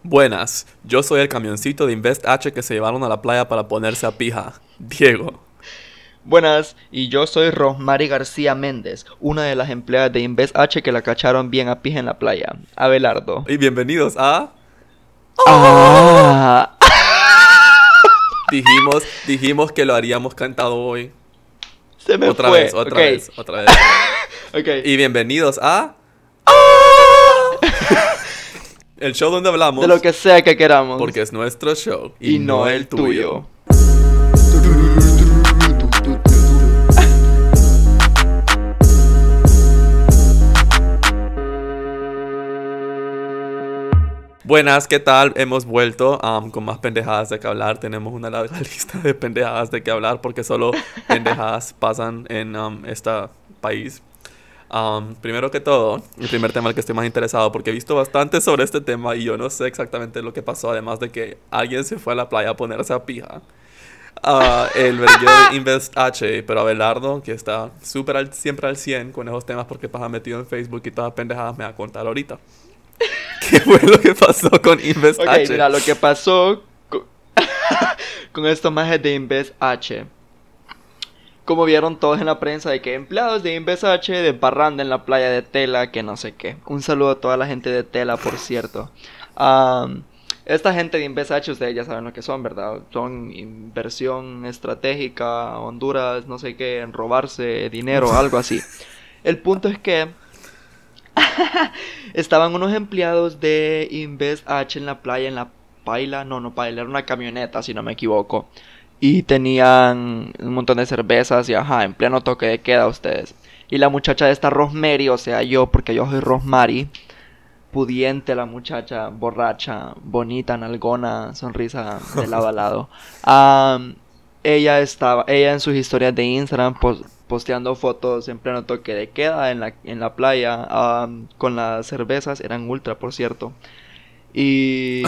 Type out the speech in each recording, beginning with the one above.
Buenas, yo soy el camioncito de Invest H que se llevaron a la playa para ponerse a pija. Diego. Buenas, y yo soy Rosmary García Méndez, una de las empleadas de Invest H que la cacharon bien a pija en la playa. Abelardo. Y bienvenidos a... ¡Ah! Dijimos que lo haríamos cantado hoy. Se me Otra fue. vez. Ok. Y bienvenidos a... El show donde hablamos... De lo que sea que queramos. Porque es nuestro show. Y no el tuyo. Buenas, ¿qué tal? Hemos vuelto con más pendejadas de que hablar. Tenemos una larga lista de pendejadas de que hablar porque solo pendejadas pasan en este país. Primero que todo, el primer tema al que estoy más interesado porque he visto bastante sobre este tema y yo no sé exactamente lo que pasó, además de que alguien se fue a la playa a ponerse a pija. El vergueo de Invest H, pero Abelardo, que está siempre al 100 con esos temas porque pasa metido en Facebook y todas pendejadas, me va a contar ahorita. ¿Qué fue lo que pasó con Invest H? Ok, mira, lo que pasó con estos majes de Invest H. Como vieron todos en la prensa de que empleados de Invest H de parranda en la playa de Tela, que no sé qué. Un saludo a toda la gente de Tela, por cierto. Esta gente de Invest H, ustedes ya saben lo que son, ¿verdad? Son inversión estratégica, Honduras, no sé qué, en robarse dinero, algo así. El punto es que estaban unos empleados de Invest H en la playa, en la paila. No paila, era una camioneta, si no me equivoco. Y tenían un montón de cervezas y en pleno toque de queda ustedes. Y la muchacha de esta Rosmary, o sea yo, porque yo soy Rosmary, pudiente la muchacha, borracha, bonita, nalgona, sonrisa de lado a lado. Ella en sus historias de Instagram posteando fotos en pleno toque de queda en la playa, con las cervezas, eran ultra, por cierto. Y...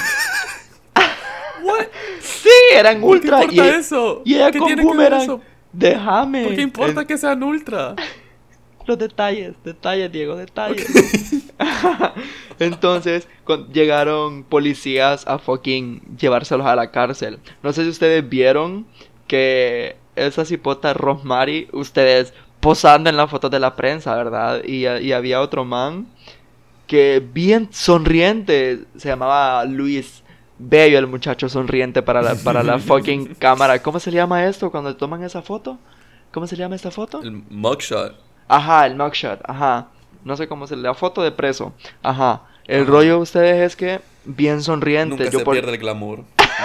¿What? Sí, eran ultra. ¿Qué importa eso? Y ella ¿Qué con tiene que ver boomerang. eso? Déjame. ¿Por qué importa que sean ultra? Los detalles, Diego, detalles. Entonces, llegaron policías a fucking llevárselos a la cárcel. No sé si ustedes vieron que esa cipota Rosmary, ustedes posando en las fotos de la prensa, ¿verdad? Y había otro man que bien sonriente, se llamaba Luis. Bello el muchacho sonriente para la fucking cámara. ¿Cómo se le llama esto cuando toman esa foto? ¿Cómo se le llama esta foto? El mugshot. Ajá, el mugshot, ajá. No sé cómo se le... La foto de preso. Ajá. El rollo de ustedes es que bien sonriente. Nunca se pierde el glamour.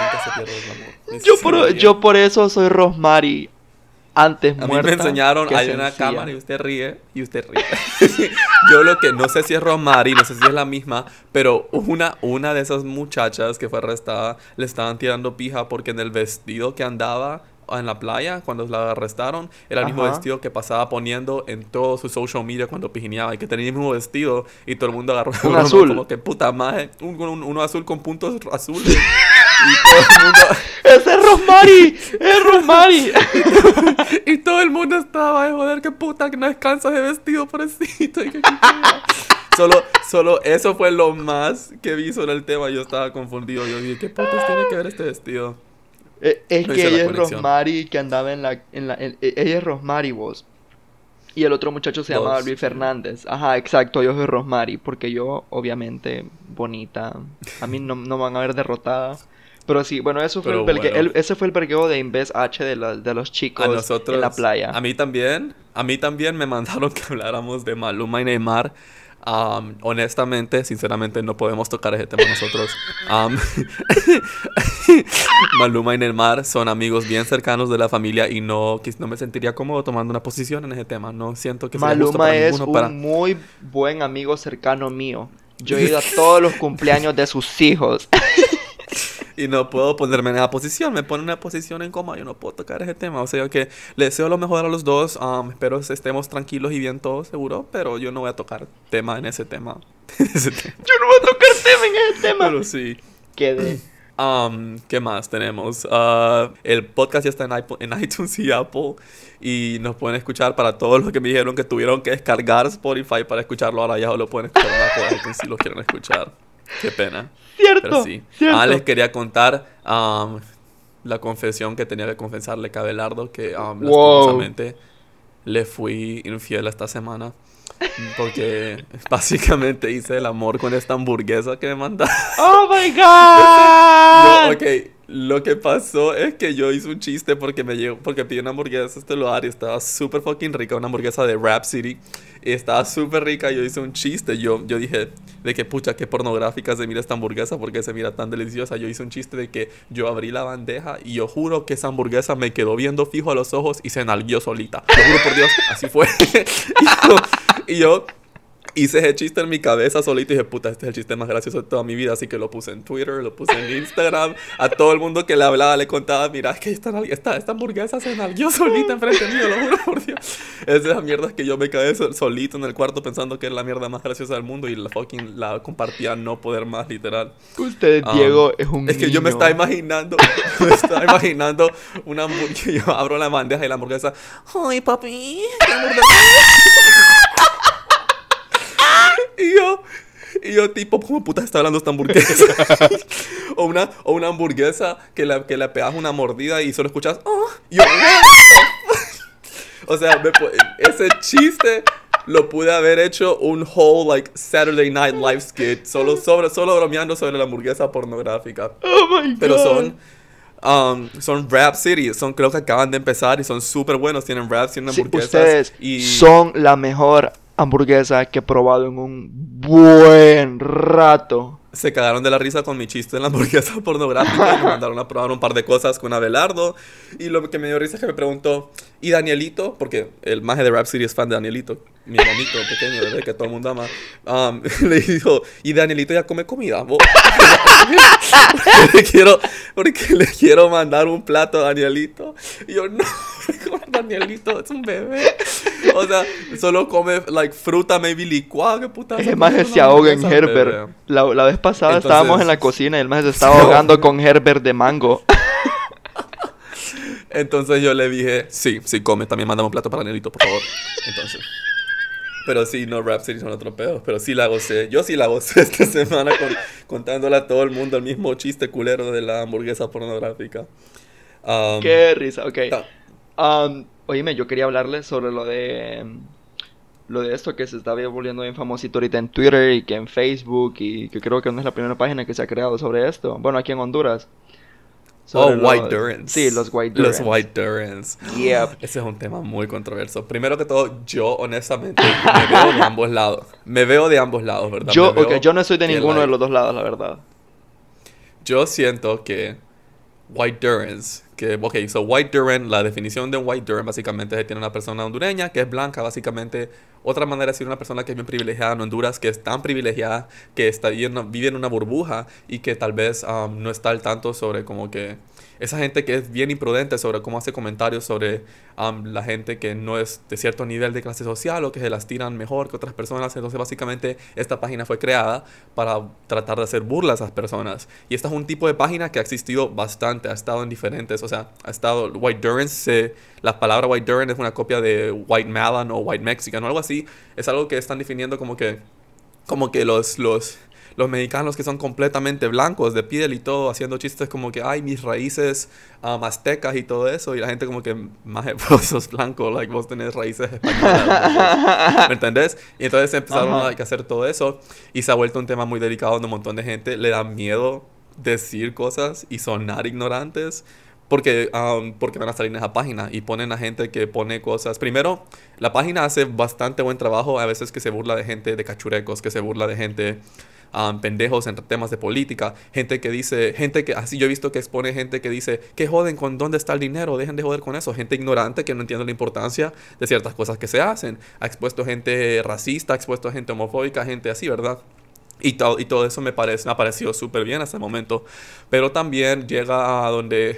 Yo por eso soy Rosmary. Antes a muerta. A mí me enseñaron, hay una cámara y usted ríe. Yo lo que no sé si es Rosmary, no sé si es la misma, pero una de esas muchachas que fue arrestada le estaban tirando pija porque en el vestido que andaba en la playa cuando la arrestaron era el mismo vestido que pasaba poniendo en todo su social media cuando pijineaba y que tenía el mismo vestido y todo el mundo agarró un azul como que puta madre, uno azul con puntos azules y todo el mundo ¡ese es Rosmary! y todo el mundo estaba joder, qué puta que no descansa de vestido pobrecito y Solo eso fue lo más que vi sobre el tema. Yo estaba confundido. Yo dije, ¿qué putas tiene que ver este vestido? Es que ella es Rosmary que andaba ella es Rosmary vos. Y el otro muchacho se llamaba Luis Fernández. Ajá, exacto, yo soy Rosmary. Porque yo, obviamente, bonita. A mí no me van a ver derrotada. Pero sí, bueno, ese fue el vergueo de Invest H de los chicos en la playa. A mí también me mandaron que habláramos de Maluma y Neymar. Honestamente, sinceramente, no podemos tocar ese tema nosotros. Maluma y Neymar son amigos bien cercanos de la familia y no me sentiría cómodo tomando una posición en ese tema. No siento que sea justo para ninguno. Maluma es un muy buen amigo cercano mío. Yo he ido a todos los cumpleaños de sus hijos. Y no puedo ponerme en esa posición. Me pone en una posición en coma. Yo no puedo tocar ese tema. O sea que le deseo lo mejor a los dos. Espero estemos tranquilos y bien todos, seguro. Pero yo no voy a tocar tema en ese tema. Yo no voy a tocar tema en ese tema. Pero sí. Quedé. ¿Qué más tenemos? El podcast ya está en iTunes y Apple. Y nos pueden escuchar para todos los que me dijeron que tuvieron que descargar Spotify para escucharlo. Ahora ya lo pueden escuchar en Apple, iTunes si lo quieren escuchar. Qué pena. Pero Cierto, sí. Les cierto. quería contar la confesión que tenía que confesarle a Abelardo, que Wow. lastimosamente le fui infiel esta semana. Porque básicamente hice el amor con esta hamburguesa que me mandaron. Oh my Ok, God. lo que pasó es que yo hice un chiste porque me llegó, porque pedí una hamburguesa a este lugar y estaba súper fucking rica, una hamburguesa de Rap City, y estaba súper rica. Yo hice un chiste, yo dije de que pucha, qué pornográfica se mira esta hamburguesa porque se mira tan deliciosa. Yo hice un chiste de que yo abrí la bandeja y yo juro que esa hamburguesa me quedó viendo fijo a los ojos y se nalguió solita. Lo juro por Dios, así fue. Y yo hice ese chiste en mi cabeza solito y dije, puta, este es el chiste más gracioso de toda mi vida. Así que lo puse en Twitter, lo puse en Instagram. A todo el mundo que le hablaba le contaba, mira, es que esta hamburguesa se nalguió solita enfrente mío, lo juro por Dios. Es de esas mierdas que yo me quedé solito en el cuarto pensando que era la mierda más graciosa del mundo y la compartía a no poder más, literal. Usted, Um, Diego, es un es que yo me estaba niño. imaginando, me estaba imaginando una hamburguesa. Yo abro la bandeja y la hamburguesa, ay papi, la hamburguesa. Y yo, tipo, ¿cómo puta está hablando esta hamburguesa? o una hamburguesa que le pegas una mordida y solo escuchas, oh, y yo, o sea, ese chiste lo pude haber hecho un whole, like, Saturday Night Live skit, solo bromeando sobre la hamburguesa pornográfica. Oh my Pero God. son Rap City, creo que acaban de empezar y son súper buenos, tienen raps, tienen Sí, hamburguesas ustedes y son la mejor hamburguesa que he probado en un buen rato. se cagaron de la risa con mi chiste en la hamburguesa pornográfica y me mandaron a probar un par de cosas con Abelardo. Y lo que me dio risa es que me preguntó, ¿y Danielito? Porque el maje de Rap City es fan de Danielito, mi bonito pequeño bebé que todo el mundo ama. Le dijo, ¿y Danielito ya come comida? Porque le quiero mandar un plato a Danielito. Y yo, no, Danielito es un bebé. O sea, solo come, like, fruta maybe licuada. ¿Qué puta Ese hace maje comiendo se una ahoga en hamburguesa al Herbert. bebé? La vez pasada estábamos en Entonces, la cocina y el maje se se estaba ahogando ahogó. con Herbert de mango. Entonces yo le dije, sí, sí, come, también mándame un plato para Danielito, por favor. Entonces, pero sí, no, Rap City son otro pedo, pero sí la gocé. Yo sí la gocé esta semana contándole a todo el mundo el mismo chiste culero de la hamburguesa pornográfica. Um, Qué risa, ok. ta- Oíme, yo quería hablarles sobre lo de esto que se está volviendo bien famosito ahorita en Twitter y que en Facebook y que creo que no es la primera página que se ha creado sobre esto. Bueno, aquí en Honduras. Oh, Sobre White sí, Durans. los White Los Durans. White Durans. Yep. Ese es un tema muy controverso. Primero que todo, yo honestamente me veo de ambos lados. Me veo de ambos lados, ¿verdad? Me Ok, veo yo no soy de que, ninguno de like, los dos lados, la verdad. yo siento que White Durans, White Duran, la definición de un White Duran básicamente es que tiene una persona hondureña que es blanca, básicamente. Otra manera de decir una persona que es bien privilegiada en Honduras, que es tan privilegiada que vive en una burbuja y que tal vez no está al tanto sobre como que esa gente que es bien imprudente sobre cómo hace comentarios sobre la gente que no es de cierto nivel de clase social o que se las tiran mejor que otras personas. Entonces básicamente esta página fue creada para tratar de hacer burla a esas personas. Y esta es un tipo de página que ha existido bastante, ha estado en diferentes, o sea, ha estado White Durans, la palabra White Duran es una copia de White Malan o White Mexican o algo así. Es algo que están definiendo como que los mexicanos que son completamente blancos de piel y todo, haciendo chistes como que, ay, mis raíces aztecas y todo eso, y la gente como que, maje, vos sos blanco, like, vos tenés raíces españolas, ¿me entendés? Y entonces empezaron Ajá. a hacer todo eso, y se ha vuelto un tema muy delicado donde un montón de gente le da miedo decir cosas y sonar ignorantes. Porque van a salir en esa página y ponen a gente que pone cosas. Primero, la página hace bastante buen trabajo. A veces que se burla de gente de cachurecos, que se burla de gente pendejos en temas de política. Así yo he visto que expone gente que dice, ¿qué joden con dónde está el dinero? Dejen de joder con eso. Gente ignorante que no entiende la importancia de ciertas cosas que se hacen. Ha expuesto gente racista, ha expuesto gente homofóbica, gente así, ¿verdad? Y todo eso me ha parecido súper bien hasta el momento. Pero también llega a donde,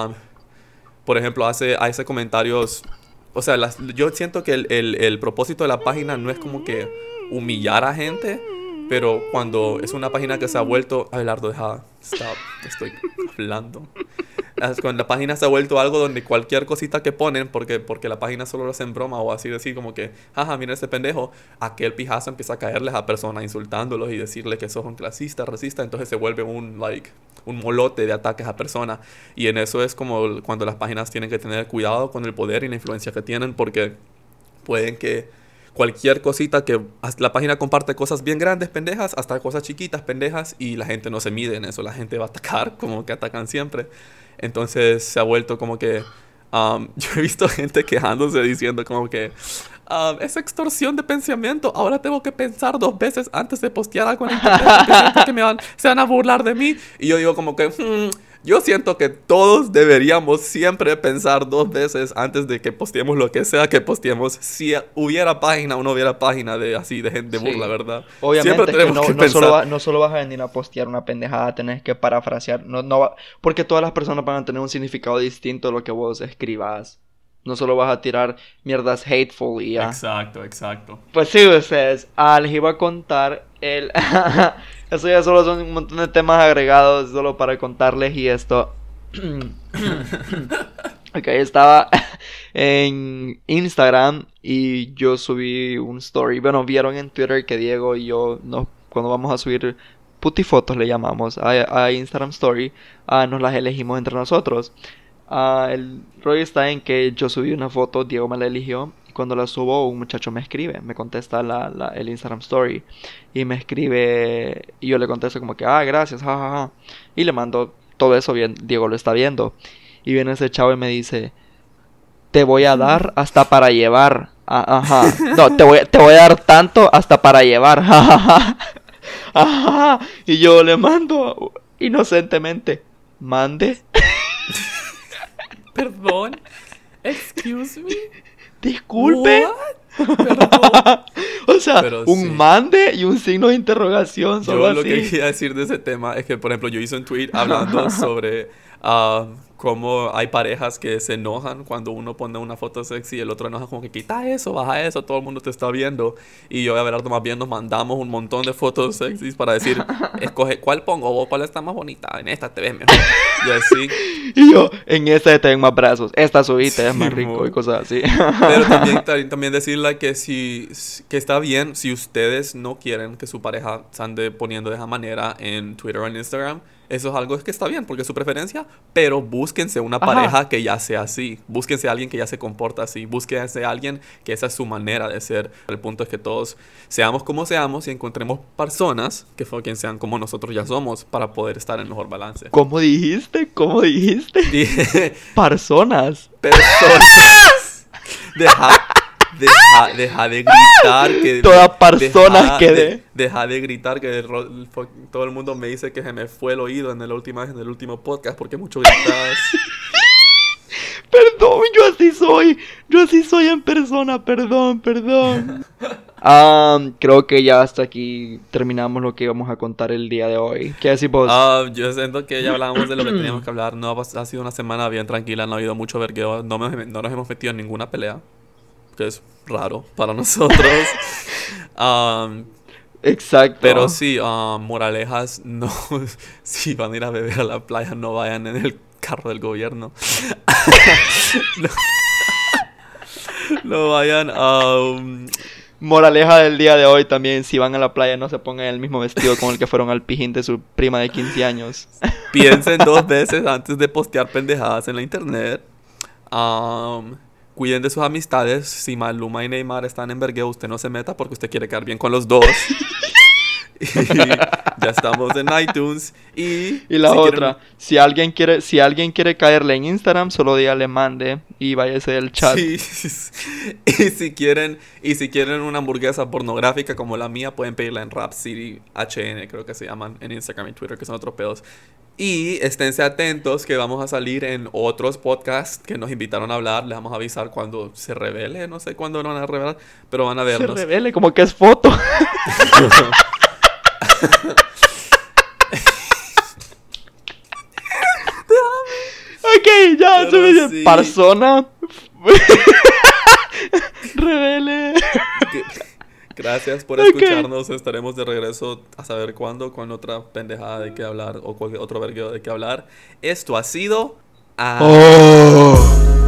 por ejemplo, hace comentarios. O sea, yo siento que el propósito de la página no es como que humillar a gente. Pero cuando es una página que se ha vuelto... Abelardo, deja... Stop. Estoy hablando. Con la página se ha vuelto algo donde cualquier cosita que ponen, porque la página solo lo hace en broma o así decir como que, jaja, mira ese pendejo, aquel pijazo empieza a caerles a personas insultándolos y decirles que sos un clasista, racista, entonces se vuelve un molote de ataques a personas. Y en eso es como cuando las páginas tienen que tener cuidado con el poder y la influencia que tienen, porque pueden que cualquier cosita que la página comparte cosas bien grandes, pendejas, hasta cosas chiquitas, pendejas, y la gente no se mide en eso, la gente va a atacar como que atacan siempre. Entonces se ha vuelto como que yo he visto gente quejándose diciendo como que es extorsión de pensamiento, ahora tengo que pensar 2 veces antes de postear algo en internet porque siento que se van a burlar de mí. Y yo digo como que yo siento que todos deberíamos siempre pensar 2 veces antes de que posteemos lo que sea que posteemos, si hubiera página o no hubiera página de así de gente de burla, ¿verdad? Obviamente siempre tenemos que pensar. no solo vas a venir a postear una pendejada, tenés que parafrasear, porque todas las personas van a tener un significado distinto de lo que vos escribas. No solo vas a tirar mierdas hateful y ya. Exacto. Pues sí, ustedes, les iba a contar el... Eso ya solo son un montón de temas agregados solo para contarles y esto. Ok, estaba en Instagram y yo subí un story. Bueno, vieron en Twitter que Diego y yo, cuando vamos a subir putifotos le llamamos a Instagram Story, nos las elegimos entre nosotros. El rollo está en que yo subí una foto, Diego me la eligió. Y cuando la subo, un muchacho me escribe, me contesta el Instagram Story. Y me escribe, y yo le contesto como que, gracias, jajaja. Y le mando todo eso bien, Diego lo está viendo. Y viene ese chavo y me dice, te voy a dar hasta para llevar. Ajá. No, te voy a dar tanto hasta para llevar. Jajaja. Ajá. Y yo le mando inocentemente, mande. Perdón. Excuse me. Disculpe. Perdón. O sea, Pero un sí. mande y un signo de interrogación, solo Yo así. lo que quería decir de ese tema es que, por ejemplo, yo hice un tweet hablando sobre cómo hay parejas que se enojan cuando uno pone una foto sexy y el otro enoja como que quita eso, baja eso, todo el mundo te está viendo. Y yo y Abelardo más bien nos mandamos un montón de fotos sexys para decir, escoge cuál pongo, vos cuál está más bonita, en esta te ves mejor. Y así. Y yo, en esta te ven más brazos, esta subiste es más Sí, rico mo. y cosas así. Pero también decirle que que está bien si ustedes no quieren que su pareja se ande poniendo de esa manera en Twitter o en Instagram. Eso es algo que está bien porque es su preferencia, pero búsquense una pareja que ya sea así. Búsquense a alguien que ya se comporta así. Búsquense a alguien que esa es su manera de ser. El punto es que todos seamos como seamos y encontremos personas que quien sean como nosotros ya somos para poder estar en mejor balance. ¿Cómo dijiste? Dije, Personas. personas. Deja de gritar que... Todas personas Deja de gritar que todo el mundo me dice que se me fue el oído en el último podcast porque mucho gritas. Perdón, yo así soy en persona, perdón. Creo que ya hasta aquí terminamos lo que íbamos a contar el día de hoy. ¿Qué decís vos? Yo siento que ya hablábamos de lo que teníamos que hablar. No, ha sido una semana bien tranquila, no ha habido mucho vergueo. No nos hemos metido en ninguna pelea, que es raro para nosotros. Exacto. Pero sí, moralejas, no. Si van a ir a beber a la playa, no vayan en el carro del gobierno. No vayan a... Moraleja del día de hoy también, si van a la playa no se pongan el mismo vestido con el que fueron al pijín de su prima de 15 años. Piensen 2 veces antes de postear pendejadas en la internet. Cuiden de sus amistades. Si Maluma y Neymar están en vergueo, usted no se meta porque usted quiere quedar bien con los dos. Y ya estamos en iTunes. Y la si otra, si alguien quiere caerle en Instagram, solo dígale mande y váyase del chat. Sí. Y si quieren una hamburguesa pornográfica como la mía, pueden pedirla en Rap City HN, creo que se llaman en Instagram y Twitter, que son otros pedos. Y esténse atentos que vamos a salir en otros podcasts que nos invitaron a hablar. Les vamos a avisar cuando se revele. No sé cuándo lo van a revelar, pero van a vernos. Se revele, como que es foto. Ok, ya, se Sí. Persona. Revele. Gracias por escucharnos. Estaremos de regreso a saber cuándo con otra pendejada de qué hablar o cualquier otro vergueo de qué hablar. Esto ha sido Ah. Oh.